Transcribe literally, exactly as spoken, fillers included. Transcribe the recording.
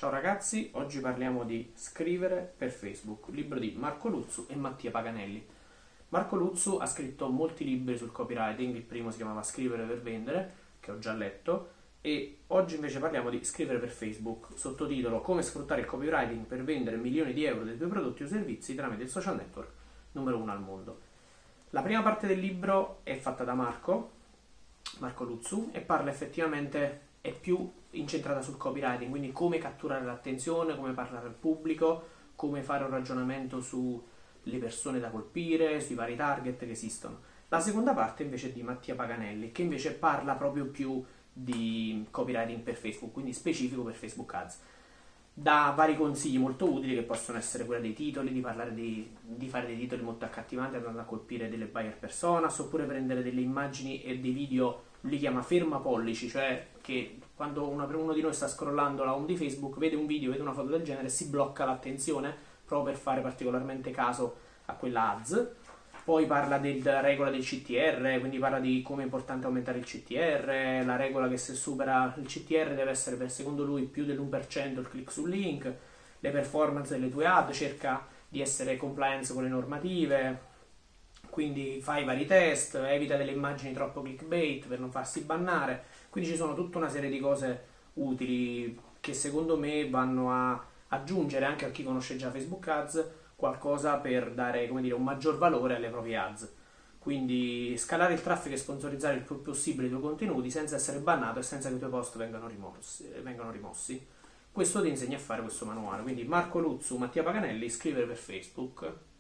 Ciao ragazzi, oggi parliamo di Scrivere per Facebook, libro di Marco Luzzu e Mattia Paganelli. Marco Luzzu ha scritto molti libri sul copywriting, il primo si chiamava Scrivere per vendere, che ho già letto, e oggi invece parliamo di Scrivere per Facebook, sottotitolo Come sfruttare il copywriting per vendere milioni di euro dei tuoi prodotti o servizi tramite il social network numero uno al mondo. La prima parte del libro è fatta da Marco, Marco Luzzu, e parla effettivamente, è più incentrata sul copywriting, quindi come catturare l'attenzione, come parlare al pubblico, come fare un ragionamento sulle persone da colpire, sui vari target che esistono. La seconda parte invece è di Mattia Paganelli, che invece parla proprio più di copywriting per Facebook, quindi specifico per Facebook Ads. Dà vari consigli molto utili che possono essere quelli dei titoli, di parlare di, di fare dei titoli molto accattivanti andando a colpire delle buyer personas, oppure prendere delle immagini e dei video, li chiama ferma pollici, cioè che quando una, uno di noi sta scrollando la home di Facebook, vede un video, vede una foto del genere, si blocca l'attenzione proprio per fare particolarmente caso a quella ads. Poi parla della regola del C T R, quindi parla di come è importante aumentare il C T R, la regola che se supera il C T R deve essere per secondo lui più dell'uno per cento il click sul link, le performance delle tue ad, cerca di essere compliance con le normative, quindi fai vari test, evita delle immagini troppo clickbait per non farsi bannare. Quindi ci sono tutta una serie di cose utili che secondo me vanno a aggiungere anche a chi conosce già Facebook Ads qualcosa per dare, come dire, un maggior valore alle proprie ads. Quindi scalare il traffico e sponsorizzare il più possibile i tuoi contenuti senza essere bannato e senza che i tuoi post vengano rimossi. Vengano rimossi. Questo ti insegna a fare questo manuale. Quindi Marco Luzzu, Mattia Paganelli, Scrivere per Facebook.